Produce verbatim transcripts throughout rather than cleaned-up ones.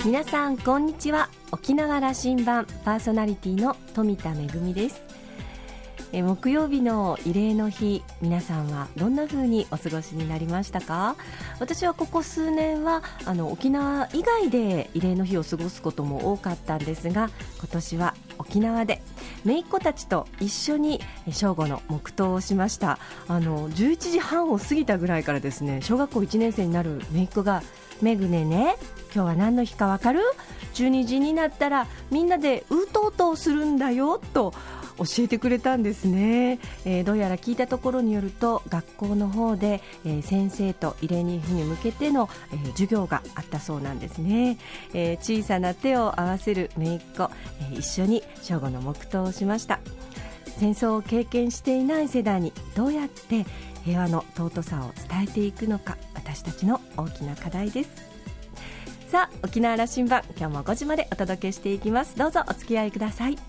皆さんこんにちは。沖縄羅針盤パーソナリティの富田恵です。え木曜日の慰霊の日、皆さんはどんな風にお過ごしになりましたか？私はここ数年はあの沖縄以外で慰霊の日を過ごすことも多かったんですが、今年は沖縄で姪っ子たちと一緒に正午の黙祷をしました。あのじゅういちじはんを過ぎたぐらいからですね、小学校いちねん生になる姪っ子が、めぐねね、今日は何の日かわかる？じゅうにじになったらみんなでうとうとするんだよと教えてくれたんですね。えー、どうやら聞いたところによると、学校の方で、えー、先生と慰霊の日に向けての、えー、授業があったそうなんですね。えー、小さな手を合わせる姪っ子、えー、一緒に正午の黙祷をしました。戦争を経験していない世代にどうやって平和の尊さを伝えていくのか、私たちの大きな課題です。さあ、沖縄羅針盤、今日もごじまでお届けしていきます。どうぞお付き合いください。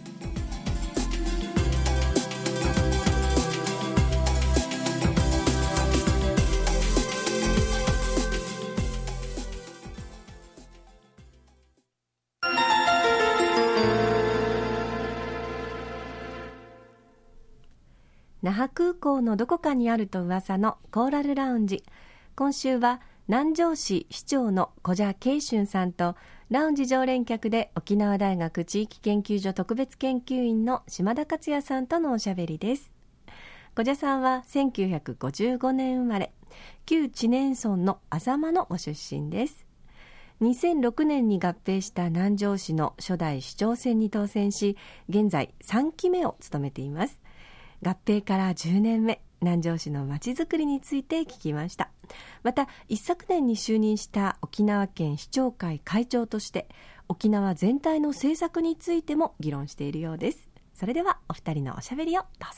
那覇空港のどこかにあると噂のコーラルラウンジ。今週は南城市市長の小謝慶春さんと、ラウンジ常連客で沖縄大学地域研究所特別研究員の島田克也さんとのおしゃべりです。小謝さんはせんきゅうひゃくごじゅうごねん生まれ、旧知念村のあざまのご出身です。にせんろくねんに合併した南城市の初代市長選に当選し、現在さんきめを務めています。合併からじゅうねんめ、南城市のまちづくりについて聞きました。また一昨年に就任した沖縄県市長会会長として、沖縄全体の政策についても議論しているようです。それではお二人のおしゃべりをどうぞ。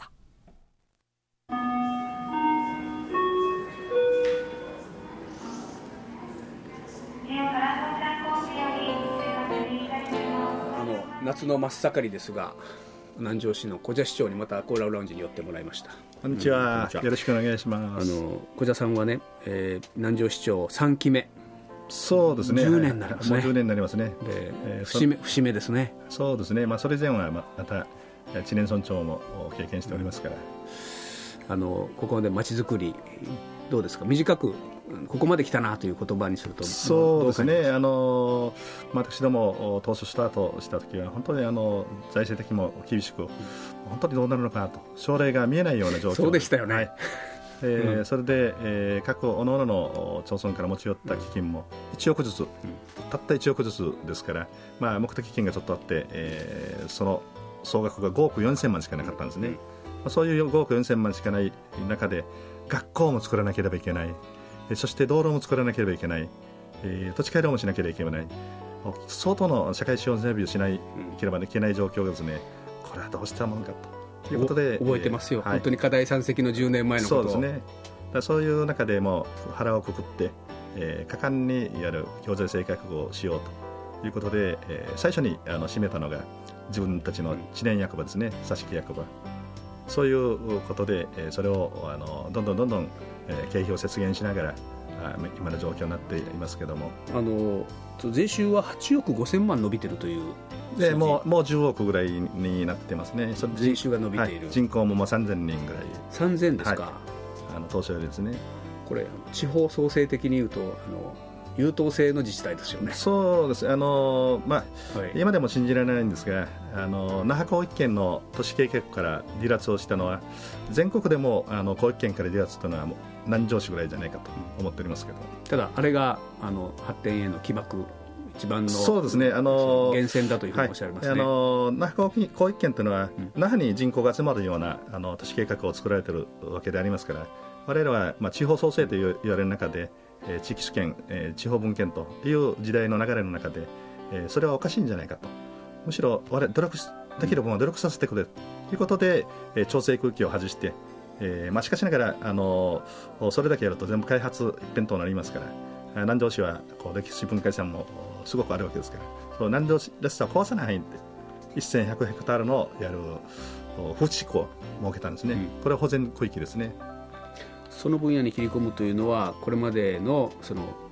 あの夏の真っ盛りですが、南城市の小謝市長にまたコーラルラウンジに寄ってもらいました。 こんにちは、うん、よろしくお願いします。 あの小謝さんはね、えー、南城市長さんきめ。 そうですね、 じゅうねんになりますね。 もうじゅうねんになりますね。 で、えー、節目節目ですね。 そうですね、まあ、それ前はまた知念村長も経験しておりますから、 うん、あのここでまちづくりどうですか？短くここまで来たなという言葉にすると。 そうですね、あの私ども当初スタートした時は本当にあの財政的にも厳しく、うん、本当にどうなるのかなと、将来が見えないような状況。 そうでしたよね。はい、 えーうん、それで、えー、各各々の町村から持ち寄った基金もいちおくずつ、うん、たったいちおくずつですから、まあ、目的金がちょっとあって、えー、その総額がごおくよんせんまんしかなかったんですね。うん、まあ、そういうごおくよんせんまんしかない中で、学校も作らなければいけない、そして道路も作らなければいけない、えー、土地改良もしなければいけない、相当の社会資本整備をしないければいけない状況がですね、これはどうしたものかということで覚えてますよ、 えーはい、 本当に課題山積のじゅうねんまえのことを。 そうですね。だそういう中でも腹をくくって、えー、果敢にやる行財政改革をしようということで、えー、最初にあの締めたのが自分たちの知念役場ですね、佐敷役場。そういうことで、えー、それをあのどんどんどんどん、えー、経費を節減しながらあ今の状況になっていますけども、 あの税収ははちおくごせんまん伸びているというで、もう、もうじゅうおくぐらいになってますね。そ税収が伸びている、 はい、人口ももうさんぜんにんぐらい。 さんぜんですか。 はい、あの当初よりですね。 これ地方創生的に言うとあの優等生の自治体ですよね。 そうです。あの、まあはい、今でも信じられないんですが、あの那覇広域圏の都市計画から離脱をしたのは、全国でもあの広域圏から離脱というのはもう南城市ぐらいじゃないかと思っておりますけど、 ただあれがあの発展への起爆一番のそうですね、あの源泉だというふうにおっしゃいますね。はい、あの那覇広域圏というのは、うん、那覇に人口が集まるようなあの都市計画を作られているわけでありますから、我々は、まあ、地方創生と言われる中で、えー、地域主権、えー、地方分権という時代の流れの中で、えー、それはおかしいんじゃないかと、むしろ我々努力できる分は努力させてくれということで、えー、調整区域を外して、えーまあ、しかしながら、あのー、それだけやると全部開発一辺倒になりますから、南城市はこう歴史文化遺産もすごくあるわけですから、その南城市らしさを壊さない範囲でせんひゃくヘクタールのやる風地地区を設けたんですね。うん、これは保全区域ですね。 その分野に切り込むというのは、これまでのその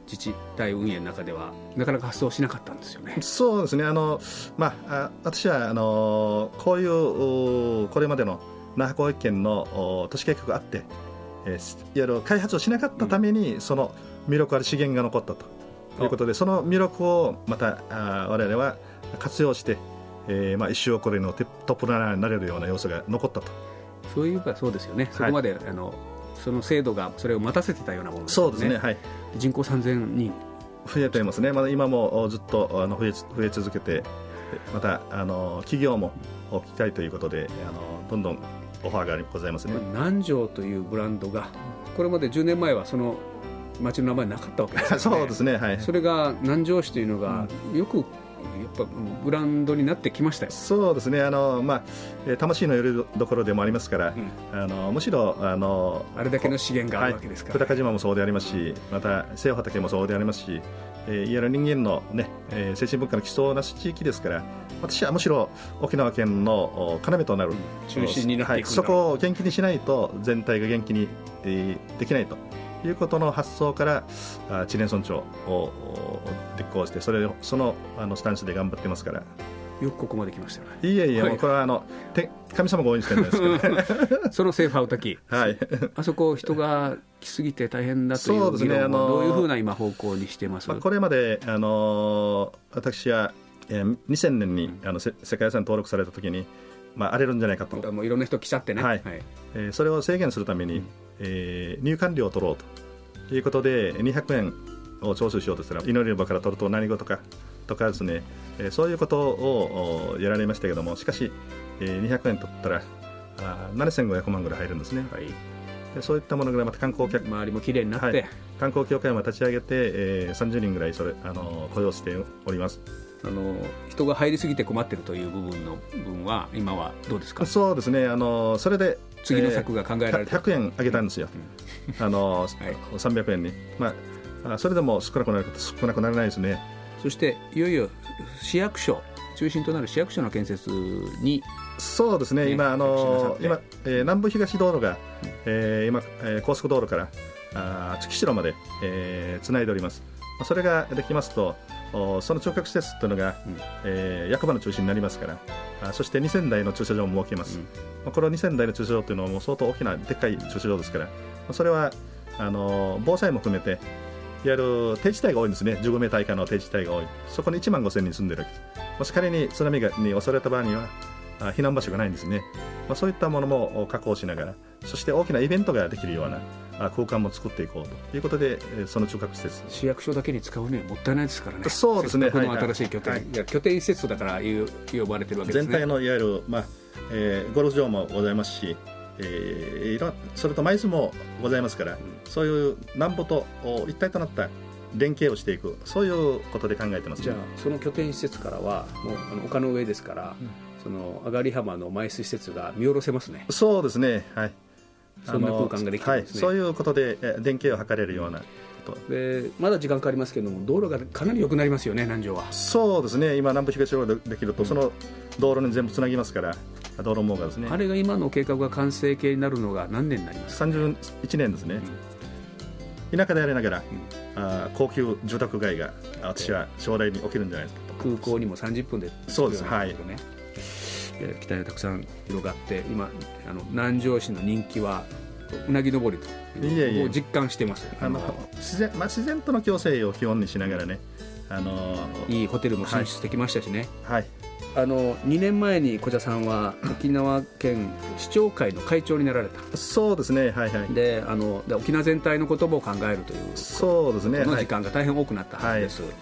自治体運営の中ではなかなか発想しなかったんですよね。 そうですね、あの、まあ、私はあのこういうこれまでの那覇広域圏の都市計画があって、えー、いわゆる開発をしなかったために、うん、その魅力ある資源が残ったということで、その魅力をまたあ我々は活用して、えーまあ、一生これのトップランナーになれるような要素が残ったと。 そういえばそうですよね、そこまで、はい、あのその制度がそれを待たせてたようなものですね。 そうですね、はい、 人口さんぜんにん増えていますね。まだ今もずっとあの増え、増え続けて、またあの企業も置きたいということで、あのどんどんオファーがございますね。 南城というブランドがこれまでじゅうねんまえはその町の名前なかったわけですよね。 そうですね、はい、 それが南城市というのがよくやっぱブランドになってきましたよ。 そうですね、あの、まあ、魂のよりどころでもありますから、うん、あのむしろあのあれだけの資源があるわけですから、 はい、久高島もそうでありますし、また西穂畑もそうでありますし、えー、いわゆる人間の、ねえー、精神文化の基礎なし地域ですから、私はむしろ沖縄県の要となる、うん、 中心になっていくんだ、はい、 そこを元気にしないと全体が元気に、えー、できないということの発想から知念村長を立候補して、それそのあのスタンスで頑張ってますから。 よくここまで来ましたよね。 いえいえ、はい、もうこれはあの神様が応援してるんですけど、ね、 そのセーファーを滝、はい、あそこ人が来すぎて大変だという議論はどういうふうな今方向にしてます？ まあ、これまであの私はにせんねんにあの世界遺産登録された時に、まあ、荒れるんじゃないかと、 もういろんな人来ちゃってね、 はいはい、えー、それを制限するために、うん、えー、入館料を取ろうということでにひゃくえんを徴収しようとしたら、祈りの場から取ると何事かとかですね、えー、そういうことをやられましたけども、しかし、えー、にひゃくえん取ったらあななせんごひゃくまんぐらい入るんですね、はい、でそういったものがまた観光客周りもきれいになって、はい、 観光協会も立ち上げて、えー、さんじゅうにんぐらいそれあの雇用しております。 あの人が入りすぎて困っているという部分の分は今はどうですか？ そうですね、あのそれで次の策が考えられて、 えー、ひゃくえん上げたんですよ、うん、あのはい、さんびゃくえんに、まあ、それでも少なくなる少なくならないですね。 そしていよいよ市役所中心となる市役所の建設に、 そうですね、ね、今あの今、えー、南部東道路が、えー、今、えー、高速道路からあ月城まで、えー、つないでおります。それができますと、その直角施設というのが、うん、えー、役場の中心になりますから、あそしてにせんだいの駐車場も設けます、うん、このにせんだいの駐車場というのはもう相当大きなでっかい駐車場ですから、それはあの防災も含めていわゆる低地帯が多いんですね。じゅうごメーター以下の低地帯が多い。そこにいちまんごせんにん住んでるわけです。もし仮に津波がに襲われた場合には避難場所がないんですね。まあ、そういったものも確保しながら、そして大きなイベントができるような空間も作っていこうということで、その中核施設、 市役所だけに使うねもったいないですからね。 そうですね、 この新しい拠点、はい、いや拠点施設だからいう呼ばれてるわけですね。 全体のいわゆる、まあえー、ゴルフ場もございますし、えー、それとマイズもございますから、うん、そういう南部と一体となった連携をしていく、そういうことで考えてます、ね。 じゃあその拠点施設からはもうあの丘の上ですから、うん、その上浜のマイス施設が見下ろせますね。 そうですね、はい、 そんな空間ができてるんですね、 はい、そういうことで連携を図れるようなことで、まだ時間かかりますけれども、道路がかなり良くなりますよね、南城は。 そうですね、今南部東道路できると、うん、その道路に全部つなぎますから、道路網がですね、 あれが今の計画が完成形になるのが何年になりますか？ さんじゅういちねんですね、うん、田舎でありながら、うん、あ高級住宅街が私は将来に起きるんじゃないですかと。 空港にもさんじゅっぷんで着くようなことね、はい、期待がたくさん広がって、今あの南城市の人気はうなぎ登りというのを実感しています。 あの自然、まあ、自然との共生を基本にしながらね、あのいいホテルも進出できましたしね、 はい、 あのにねんまえに小田さんは沖縄県市長会の会長になられた。 そうですね、はいはい、 であので沖縄全体のことも考えるという、 そうですね、 この時間が大変多くなったはずです、はい、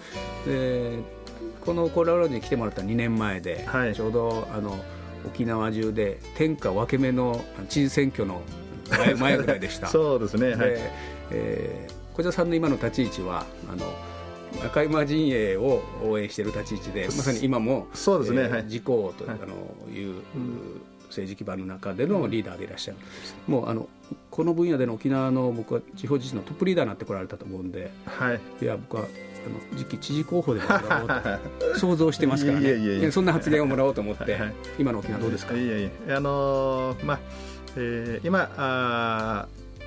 でこのコラロに来てもらったにねんまえで、はい、ちょうどあの沖縄中で天下分け目の知事選挙の前, 前ぐらいでしたそうですね、はい、 で、えー、小田さんの今の立ち位置はあの中山陣営を応援している立ち位置で、まさに今もそうですね、 えー、自公という、はい、あのいう、うん、政治基盤の中でのリーダーでいらっしゃる、うん、もうあのこの分野での沖縄の僕は地方自治のトップリーダーになってこられたと思うんで、はい、いや僕はあの次期知事候補でもらおうと想像してますからね。いやいやいや、そんな発言をもらおうと思って、はいはい、今の沖縄どうですか？ いやいや、あのー、まあえー、今あ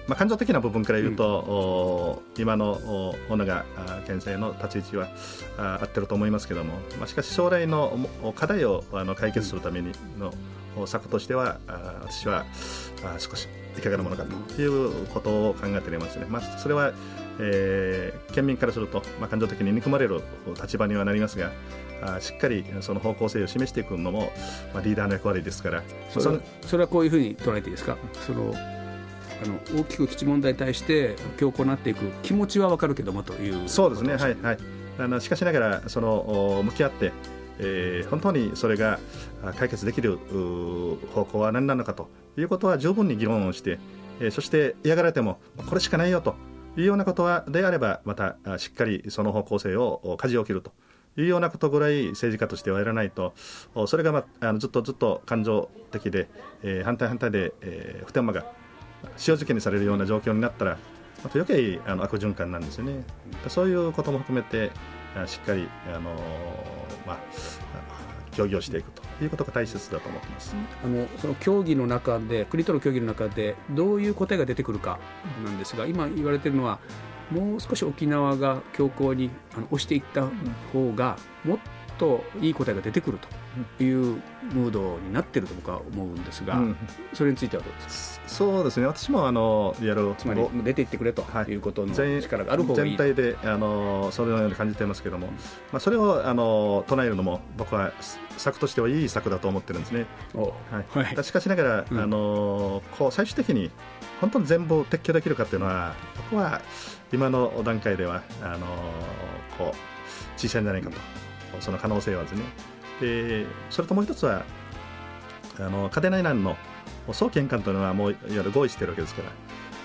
まあ、感情的な部分から言うと、うん、今の小長県政の立ち位置はあ合ってると思いますけども、まあ、しかし将来の課題をあの解決するためにの策としては、あ私はあ少しいかがなものかということを考えておりますね。まあ、それは、えー、県民からすると、まあ、感情的に憎まれる立場にはなりますが、あしっかりその方向性を示していくのも、まあ、リーダーの役割ですから。 それは、それはこういうふうに捉えていいですか。そのあの大きく基地問題に対して強硬になっていく気持ちは分かるけどもという。 そうですね、はい、はい、あのしかしながらその向き合って、えー、本当にそれが解決できる方向は何なのかということは十分に議論をして、えー、そして嫌がられてもこれしかないよというようなことはであれば、またしっかりその方向性を舵を切るというようなことぐらい政治家としてはやらないと、それが、まあ、あのずっとずっと感情的で、えー、反対反対で、えー、普天間が塩漬けにされるような状況になったら、また余計あの悪循環なんですよね。そういうことも含めてしっかり、あのーまあ、協議をしていくということが大切だと思っています。 あのその協議の中で、国との協議の中でどういう答えが出てくるかなんですが、今言われているのはもう少し沖縄が強硬にあの押していった方がもっといい答えが出てくるというムードになっていると僕は思うんですが、うん、それについてはどうですか。 そうですね、私もあのやるつまり出ていってくれということの力がある方がいい、 全体であのそのように感じていますけれども、まあ、それをあの唱えるのも僕は策としてはいい策だと思ってるんですね。はいはい、しかしながら、うん、あのこう最終的に本当に全部撤去できるかというのは、僕は今の段階ではあのこう小さいんじゃないかと、その可能性はですね。でそれともう一つはあの嘉手納以南の総見官というのはもういわゆる合意しているわけですから、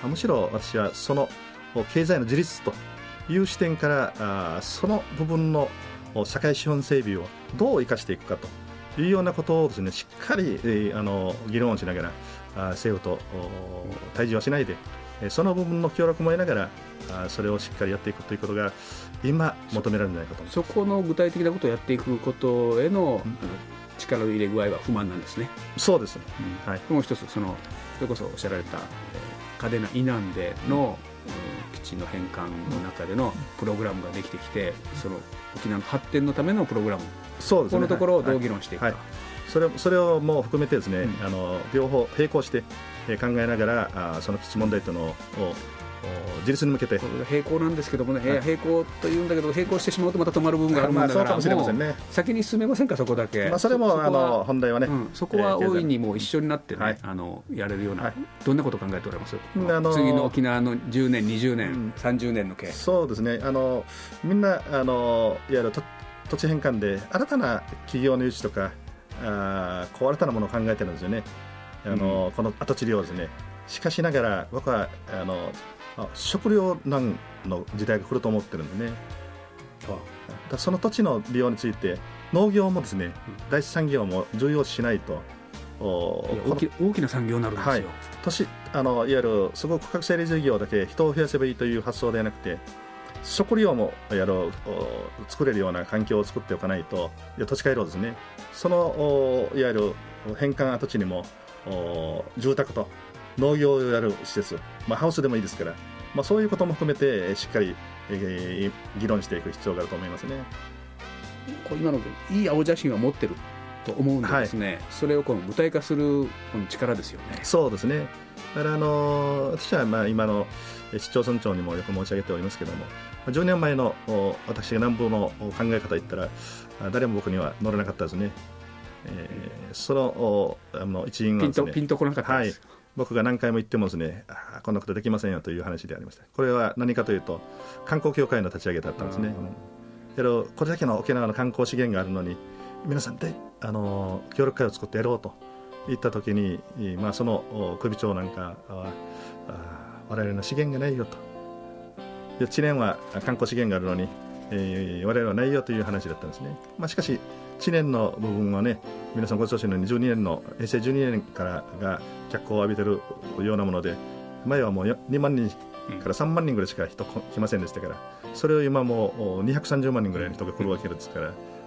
むしろ私はその経済の自立という視点からあその部分の社会資本整備をどう生かしていくかというようなことをですね、しっかり、えー、あの議論をしながらあ政府と対峙はしないで、その部分の協力も得ながらあそれをしっかりやっていくということが今求められるんじゃないかと思います。 そこの具体的なことをやっていくことへの、うん、力の入れ具合は不満なんですね。 そうです、 うんはい、もう一つそのそれこそおっしゃられた、えー、嘉手納以南での、うん、基地の返還の中でのプログラムができてきて、その沖縄の発展のためのプログラム、 そうですね、 このところをどう議論していくか、はいはい、 それ、それをもう含めてですね、うん、あの両方並行して考えながらあその基地問題というのを自立に向けて、 これ並行なんですけどもね、はい、並行というんだけど並行してしまうとまた止まる部分があるもんだから、まあ、そうかもしれませんね。先に進めませんか、そこだけ、 まあ、それもそあの本題はね、うん、 そこは大いにもう一緒になってね、はい、あのやれるような、はい、どんなことを考えておられます、あの次の沖縄のじゅうねんにじゅうねん、うん、さんじゅうねんの経営。 そうですね、あのみんなあのいわゆる土地返還で新たな企業の誘致とかあこう新たなものを考えてるんですよね、あの、うん、この跡地利用ですね。しかしながら僕はあの食糧難の時代が来ると思ってるんでね。だその土地の利用について農業もですね、うん、第一産業も重要視しないと大き、大きな産業になるんですよ、はい、 都市あのいわゆるすごく区画整理事業だけ人を増やせばいいという発想ではなくて、食料もやろう作れるような環境を作っておかないと、いや土地回廊ですね、そのいわゆる返還跡地にも住宅と農業をやる施設、まあ、ハウスでもいいですから、まあ、そういうことも含めてしっかり、えー、議論していく必要があると思いますね。 こう今のいい青写真は持ってると思うんですね、はい、それをこの具体化するこの力ですよね。 そうですね。だからあの私はまあ今の市町村長にもよく申し上げておりますけども、じゅうねんまえの私が南部の考え方言ったら誰も僕には乗らなかったですね、えー、そのあの一員はですね、 ピンと、ピンとこなかったです、 はい、僕が何回も言ってもですね、あこんなことできませんよという話でありました。これは何かというと観光協会の立ち上げだったんですね。けどこれだけの沖縄の観光資源があるのに皆さんであの協力会を作ってやろうと言った時に、まあ、その首長なんかは我々の資源がないよと、知念は観光資源があるのに、えー、我々はないよという話だったんですね。まあ、しかし知念の部分はね、皆さんご承知のようにじゅうにねんの平成じゅうにねんからが脚光を浴びているようなもので、前はもうにまんにんからさんまんにんぐらいしか人来ませんでしたから、それを今もうにひゃくさんじゅうまんにんぐらいの人が来るわけですから、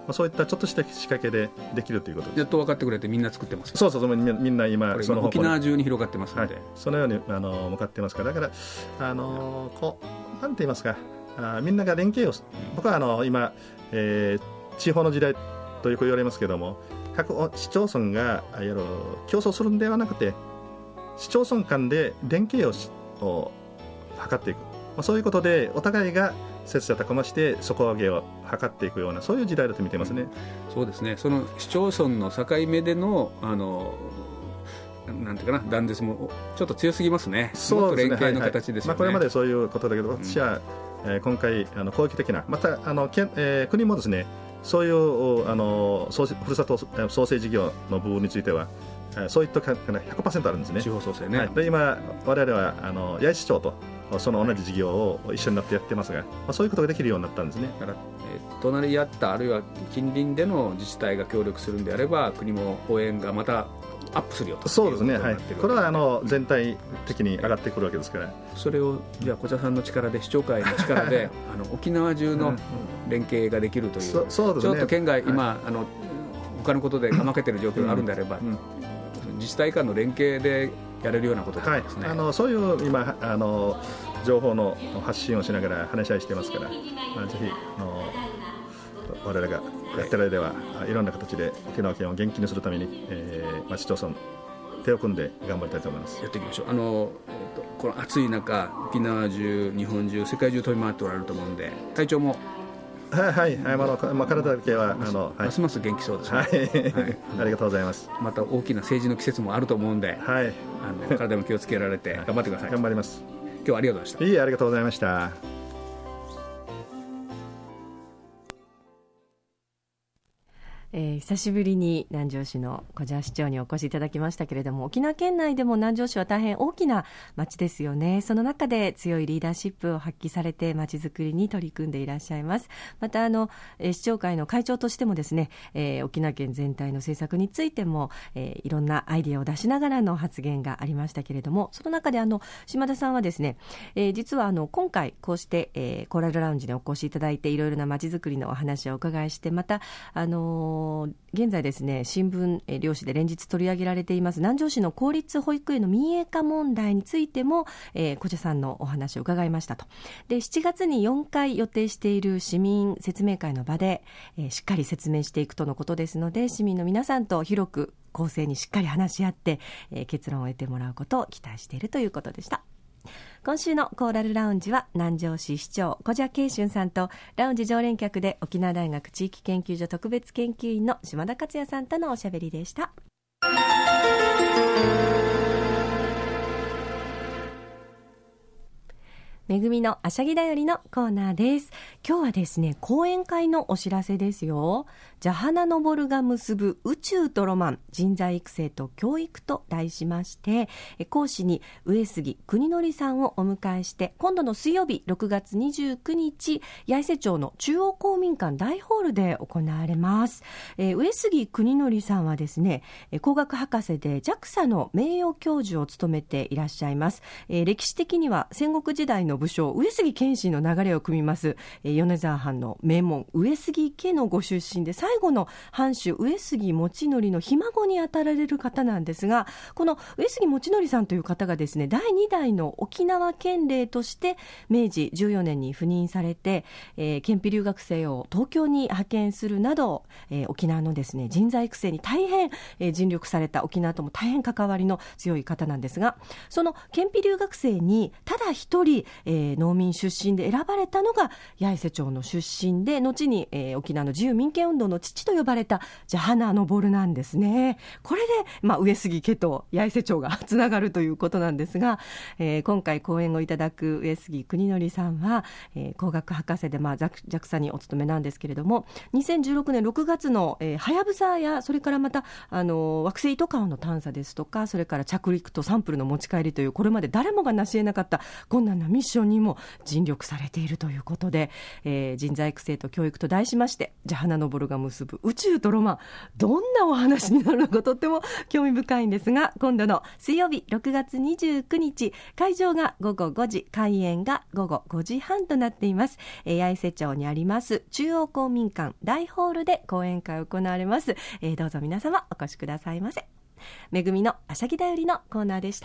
あ、そういったちょっとした仕掛けでできるということです。 やっと分かってくれてみんな作ってます。 そうそうそう、みんな、みんな今その方向沖縄中に広がってますので、 はい、そのようにあの向かってますから、だからあのこうなんて言いますか、あみんなが連携を、僕はあの今、えー、地方の時代とよく言われますけども、各市町村がいわゆる競争するんではなくて、市町村間で連携をしを図っていく、まあ、そういうことでお互いが切磋琢磨して底上げを図っていくような、そういう時代だと見てますね、 うん、そうですね。その市町村の境目でのあのなんていうかな、断絶もちょっと強すぎますね。 そうですね、 もっと連携の形ですよね。 はいはい、まあ、これまでそういうことだけど、私は、うん、えー、今回あの攻撃的な、またあの、えー、国もですね、そういうあのふるさと創生事業の部分については、そういったか ひゃくパーセント あるんですね。 地方創生ね、 はい、で今我々はあの八重市長とその同じ事業を一緒になってやってますが、まあ、そういうことができるようになったんですね。 だから、えー、隣り合ったあるいは近隣での自治体が協力するんであれば、国も応援がまたアップするよと。 そうですね、はい、これはあの全体的に上がってくるわけですから、 それをじゃあ小茶さんの力で、市長会の力であの沖縄中の連携ができるという、 そそうですね、 ちょっと県外、 はい、 今あの他のことで負けてる状況があるんであれば、うんうん、自治体間の連携でやれるようなことですね、 はい、あのそういう今あの情報の発信をしながら話し合いしてますから、まあ、ぜひあの我々がやってる間は、はい、いろんな形で沖縄県を元気にするために、えーまあ、市町村手を組んで頑張りたいと思います。 やっていきましょう。あの、えー、とこの暑い中、沖縄中、日本中、世界中飛び回っておられると思うんで、体調もはいはい、あのまあ、体だけはあの、 はい、ますます元気そうですね、 はいはい、ありがとうございます。 また大きな政治の季節もあると思うんで、はい、あの体も気をつけられて頑張ってください。 頑張ります。 今日はありがとうございました。 いいえ、ありがとうございました。 えー、久しぶりに南城市の小茶市長にお越しいただきましたけれども、沖縄県内でも南城市は大変大きな町ですよね。その中で強いリーダーシップを発揮されて町づくりに取り組んでいらっしゃいます。またあの、えー、市長会の会長としてもですね、えー、沖縄県全体の政策についても、えー、いろんなアイデアを出しながらの発言がありましたけれども、その中であの島田さんはですね、えー、実はあの今回こうして、えー、コーラルラウンジにお越しいただいていろいろな町づくりのお話をお伺いして、またあのー現在ですね、新聞、えー、両紙で連日取り上げられています南城市の公立保育園の民営化問題についても、えー、小茶さんのお話を伺いましたと。で、しちがつによんかい予定している市民説明会の場で、えー、しっかり説明していくとのことですので、市民の皆さんと広く公正にしっかり話し合って、えー、結論を得てもらうことを期待しているということでした。今週のコーラルラウンジは南城市市長小茶慶春さんとラウンジ常連客で沖縄大学地域研究所特別研究員の島田克也さんとのおしゃべりでした。めぐみのあしゃぎだよりのコーナーです。今日はですね、講演会のお知らせですよ。ジャハナノボルが結ぶ宇宙とロマン、人材育成と教育と題しまして、講師に上杉国則さんをお迎えして、今度の水曜日ろくがつにじゅうくにち、八重瀬町の中央公民館大ホールで行われます。えー、上杉国則さんはですね、工学博士で ジャクサ の名誉教授を務めていらっしゃいます。えー、歴史的には戦国時代の武将上杉謙信の流れを組みます、えー、米沢藩の名門上杉家のご出身で、最後の藩主上杉用則のひ孫に当たられる方なんですが、この上杉用則さんという方がですね、だいにだいの沖縄県令としてめいじじゅうよねんに赴任されて、えー、県費留学生を東京に派遣するなど、えー、沖縄のですね、人材育成に大変、えー、尽力された、沖縄とも大変関わりの強い方なんですが、その県費留学生にただ一人、えー、農民出身で選ばれたのが八重瀬町の出身で、後に、えー、沖縄の自由民権運動の父と呼ばれたジャハナノボルなんですね。これで、まあ、上杉家と八重瀬町がつながるということなんですが、えー、今回講演をいただく上杉国則さんは、えー、工学博士で、まあ、ジャクサ にお勤めなんですけれども、にせんじゅうろくねんろくがつのはやぶさや、それからまたあの惑星イトカワの探査ですとか、それから着陸とサンプルの持ち帰りという、これまで誰もが成し得なかった困難なミッションションにも尽力されているということで、えー、人材育成と教育と題しまして、じゃ花昇が結ぶ宇宙とロマン、どんなお話になるのかとっても興味深いんですが、今度の水曜日ろくがつにじゅうくにち、会場がごごごじ、開演がごごごじはんとなっています。えー、八重瀬町にあります中央公民館大ホールで講演会を行われます。えー、どうぞ皆様お越しくださいませ。めぐみのあしゃぎだよりのコーナーでした。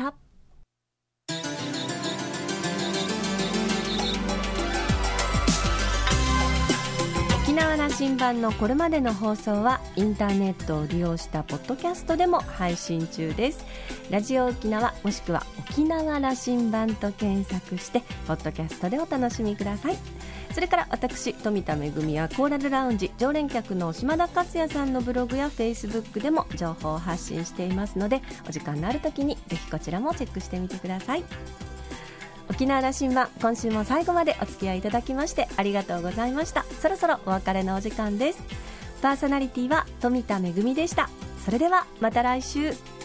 沖縄羅針盤のこれまでの放送はインターネットを利用したポッドキャストでも配信中です。ラジオ沖縄もしくは沖縄羅針盤と検索してポッドキャストでお楽しみください。それから私富田恵やコーラルラウンジ常連客の島田克也さんのブログやフェイスブックでも情報を発信していますので、お時間のある時にぜひこちらもチェックしてみてください。沖縄羅針盤、今週も最後までお付き合いいただきましてありがとうございました。そろそろお別れのお時間です。パーソナリティは富田恵でした。それではまた来週。